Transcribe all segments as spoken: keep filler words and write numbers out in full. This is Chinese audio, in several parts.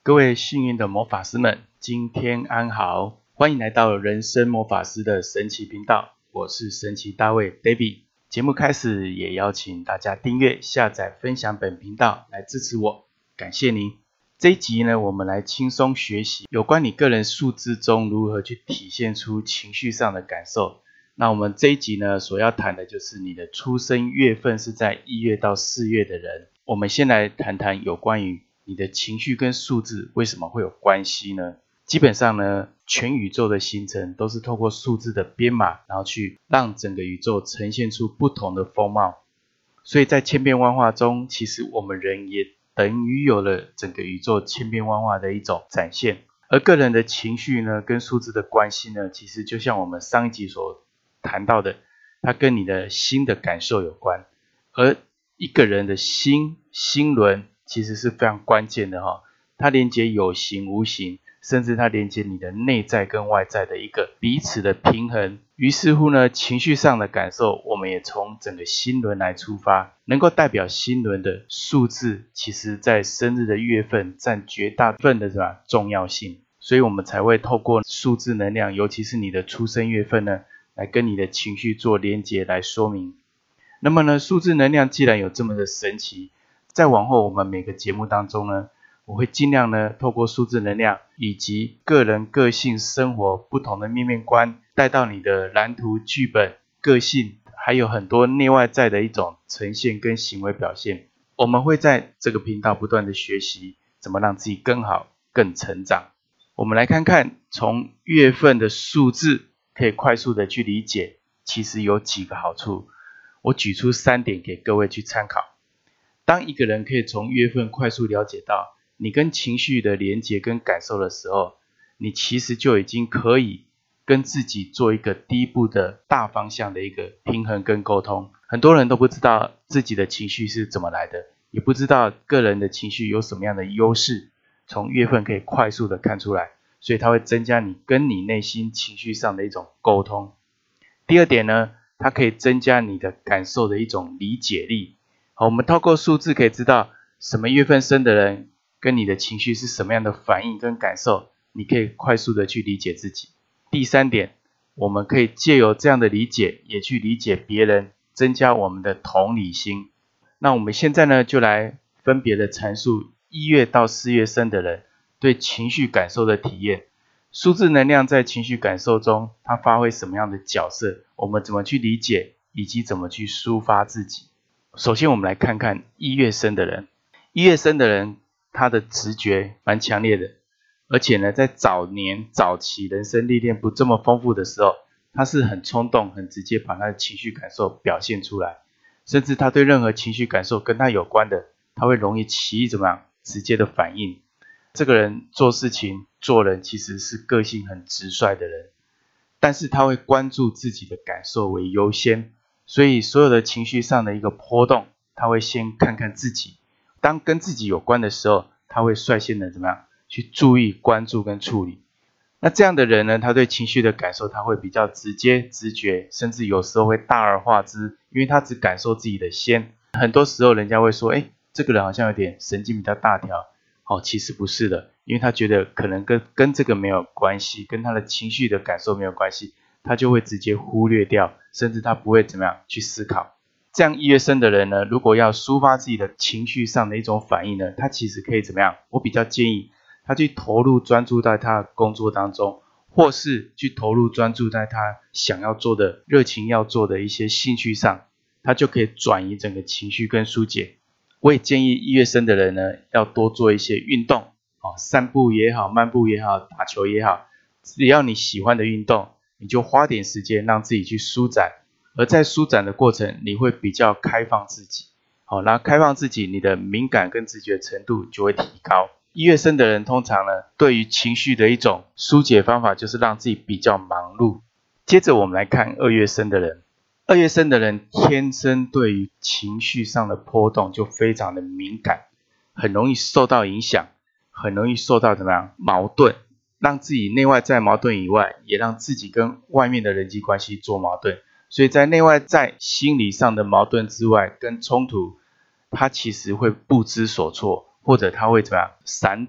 各位幸运的魔法师们，今天安好，欢迎来到人生魔法师的神奇频道，我是神奇大卫 David。 节目开始也邀请大家订阅、下载、分享本频道来支持我，感谢您。这一集呢，我们来轻松学习有关你个人数字中如何去体现出情绪上的感受。那我们这一集呢，所要谈的就是你的出生月份是在一月到四月的人。我们先来谈谈有关于你的情绪跟数字为什么会有关系呢？基本上呢，全宇宙的形成都是透过数字的编码，然后去让整个宇宙呈现出不同的风貌。所以在千变万化中，其实我们人也等于有了整个宇宙千变万化的一种展现。而个人的情绪呢，跟数字的关系呢，其实就像我们上一集所谈到的，它跟你的心的感受有关。而一个人的心心轮其实是非常关键的哈，它连接有形无形，甚至它连接你的内在跟外在的一个彼此的平衡。于是乎呢，情绪上的感受，我们也从整个心轮来出发，能够代表心轮的数字，其实在生日的月份占绝大部分的什么重要性，所以我们才会透过数字能量，尤其是你的出生月份呢，来跟你的情绪做连结来说明。那么呢，数字能量既然有这么的神奇，在往后我们每个节目当中呢，我会尽量呢透过数字能量以及个人个性生活不同的面面观，带到你的蓝图剧本个性，还有很多内外在的一种呈现跟行为表现。我们会在这个频道不断的学习怎么让自己更好更成长。我们来看看从月份的数字可以快速的去理解，其实有几个好处，我举出三点给各位去参考。当一个人可以从月份快速了解到你跟情绪的连结跟感受的时候，你其实就已经可以跟自己做一个第一步的大方向的一个平衡跟沟通。很多人都不知道自己的情绪是怎么来的，也不知道个人的情绪有什么样的优势，从月份可以快速的看出来，所以它会增加你跟你内心情绪上的一种沟通。第二点呢，它可以增加你的感受的一种理解力。好，我们透过数字可以知道什么月份生的人跟你的情绪是什么样的反应跟感受，你可以快速的去理解自己。第三点，我们可以借由这样的理解，也去理解别人，增加我们的同理心。那我们现在呢，就来分别的阐述一月到四月生的人对情绪感受的体验。数字能量在情绪感受中，它发挥什么样的角色？我们怎么去理解，以及怎么去抒发自己？首先我们来看看一月生的人。一月生的人，他的直觉蛮强烈的，而且呢，在早年早期人生历练不这么丰富的时候，他是很冲动很直接把他的情绪感受表现出来，甚至他对任何情绪感受跟他有关的，他会容易起怎么样直接的反应。这个人做事情做人其实是个性很直率的人，但是他会关注自己的感受为优先，所以所有的情绪上的一个波动，他会先看看自己，当跟自己有关的时候，他会率先的怎么样去注意关注跟处理。那这样的人呢，他对情绪的感受他会比较直接直觉，甚至有时候会大而化之，因为他只感受自己的先。很多时候人家会说，诶，这个人好像有点神经比较大条。哦，其实不是的，因为他觉得可能跟跟这个没有关系，跟他的情绪的感受没有关系，他就会直接忽略掉，甚至他不会怎么样去思考。这样一月生的人呢，如果要抒发自己的情绪上的一种反应呢，他其实可以怎么样？我比较建议他去投入专注在他的工作当中，或是去投入专注在他想要做的热情要做的一些兴趣上，他就可以转移整个情绪跟疏解。我也建议一月生的人呢，要多做一些运动，哦，散步也好，漫步也好，打球也好，只要你喜欢的运动，你就花点时间让自己去舒展，而在舒展的过程，你会比较开放自己，好，那开放自己，你的敏感跟直觉程度就会提高。一月生的人通常呢，对于情绪的一种疏解方法，就是让自己比较忙碌。接着我们来看二月生的人。二月生的人天生对于情绪上的波动就非常的敏感，很容易受到影响，很容易受到怎么样矛盾，让自己内外在矛盾以外，也让自己跟外面的人际关系做矛盾。所以在内外在心理上的矛盾之外跟冲突，他其实会不知所措，或者他会怎么样闪躲，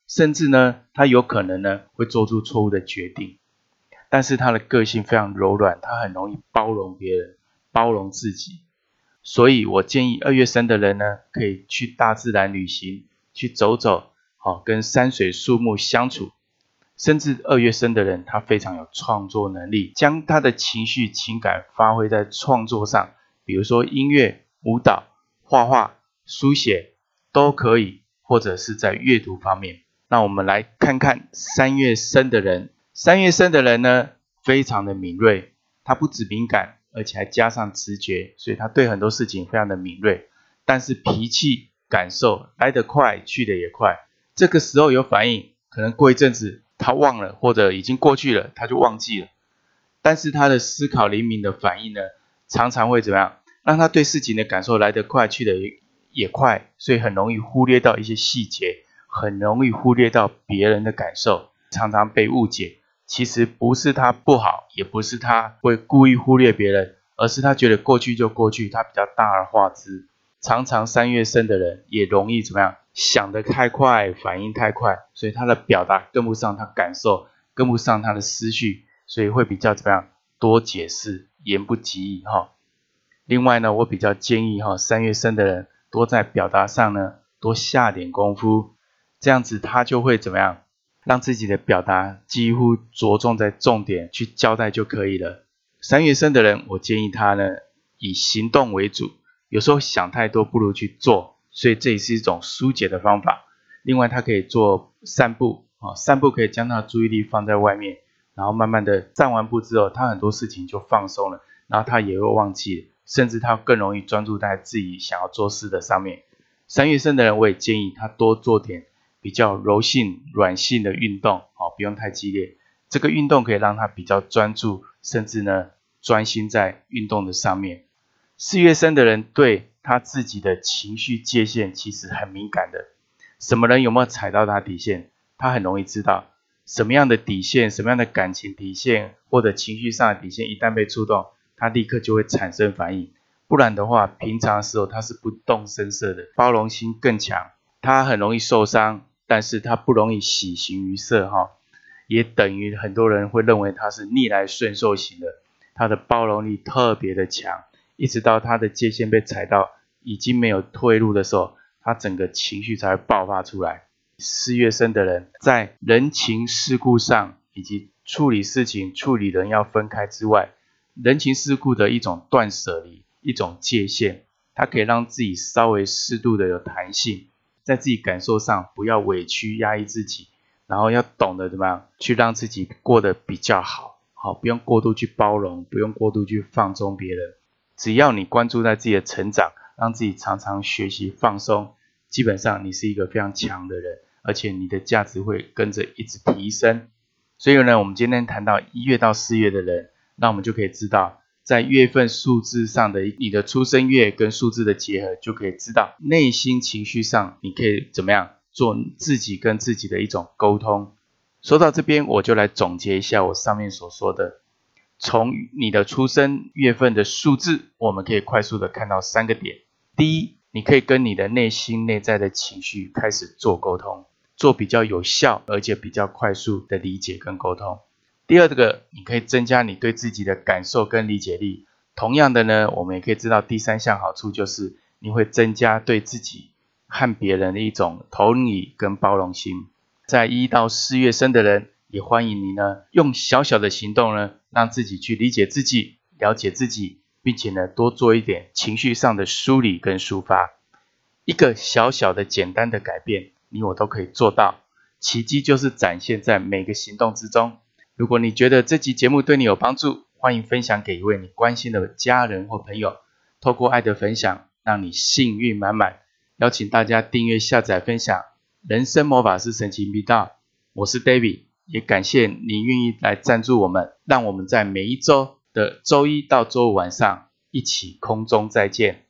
甚至呢，他有可能呢会做出错误的决定。但是他的个性非常柔软，他很容易包容别人，包容自己。所以我建议二月生的人呢，可以去大自然旅行，去走走，好，跟山水树木相处。甚至二月生的人，他非常有创作能力，将他的情绪情感发挥在创作上，比如说音乐、舞蹈、画画、书写都可以，或者是在阅读方面。那我们来看看三月生的人。三月生的人呢，非常的敏锐，他不止敏感，而且还加上直觉，所以他对很多事情非常的敏锐。但是脾气感受来得快，去得也快。这个时候有反应，可能过一阵子他忘了，或者已经过去了，他就忘记了。但是他的思考灵敏的反应呢，常常会怎么样？让他对事情的感受来得快，去得也快，所以很容易忽略到一些细节，很容易忽略到别人的感受，常常被误解。其实不是他不好，也不是他会故意忽略别人，而是他觉得过去就过去，他比较大而化之。常常三月生的人也容易怎么样？想得太快，反应太快，所以他的表达跟不上他感受，跟不上他的思绪，所以会比较怎么样？多解释，言不及义哈。另外呢，我比较建议哈，三月生的人多在表达上呢，多下点功夫，这样子他就会怎么样？让自己的表达几乎着重在重点去交代就可以了。三月生的人，我建议他呢，以行动为主，有时候想太多不如去做，所以这也是一种疏解的方法。另外他可以做散步，哦、散步可以将他的注意力放在外面，然后慢慢的散完步之后，他很多事情就放松了，然后他也会忘记了，甚至他更容易专注在自己想要做事的上面。三月生的人，我也建议他多做点比较柔性、软性的运动，哦，不用太激烈。这个运动可以让他比较专注，甚至呢专心在运动的上面。四月生的人对他自己的情绪界限其实很敏感的，什么人有没有踩到他底线，他很容易知道。什么样的底线，什么样的感情底线，或者情绪上的底线，一旦被触动，他立刻就会产生反应。不然的话，平常的时候他是不动声色的，包容心更强，他很容易受伤，但是他不容易喜形于色哈，也等于很多人会认为他是逆来顺受型的，他的包容力特别的强，一直到他的界限被踩到，已经没有退路的时候，他整个情绪才会爆发出来。四月生的人在人情世故上，以及处理事情、处理人要分开之外，人情世故的一种断舍离，一种界限，它可以让自己稍微适度的有弹性，在自己感受上不要委屈压抑自己，然后要懂得怎么样去让自己过得比较好，好，不用过度去包容，不用过度去放纵别人。只要你关注在自己的成长，让自己常常学习放松，基本上你是一个非常强的人，而且你的价值会跟着一直提升。所以呢，我们今天谈到一月到四月的人，那我们就可以知道，在月份数字上的你的出生月跟数字的结合，就可以知道内心情绪上你可以怎么样做自己跟自己的一种沟通。说到这边，我就来总结一下我上面所说的。从你的出生月份的数字，我们可以快速的看到三个点。第一，你可以跟你的内心内在的情绪开始做沟通，做比较有效而且比较快速的理解跟沟通。第二个，你可以增加你对自己的感受跟理解力。同样的呢，我们也可以知道第三项好处就是你会增加对自己和别人的一种同理跟包容心。在一到四月生的人，也欢迎你呢用小小的行动呢，让自己去理解自己，了解自己，并且呢多做一点情绪上的梳理跟抒发。一个小小的简单的改变，你我都可以做到。奇迹就是展现在每个行动之中。如果你觉得这集节目对你有帮助，欢迎分享给一位你关心的家人或朋友。透过爱的分享，让你幸运满满。邀请大家订阅、下载、分享人生魔法师神奇频道。我是 David， 也感谢你愿意来赞助我们，让我们在每一周的周一到周五晚上一起空中再见。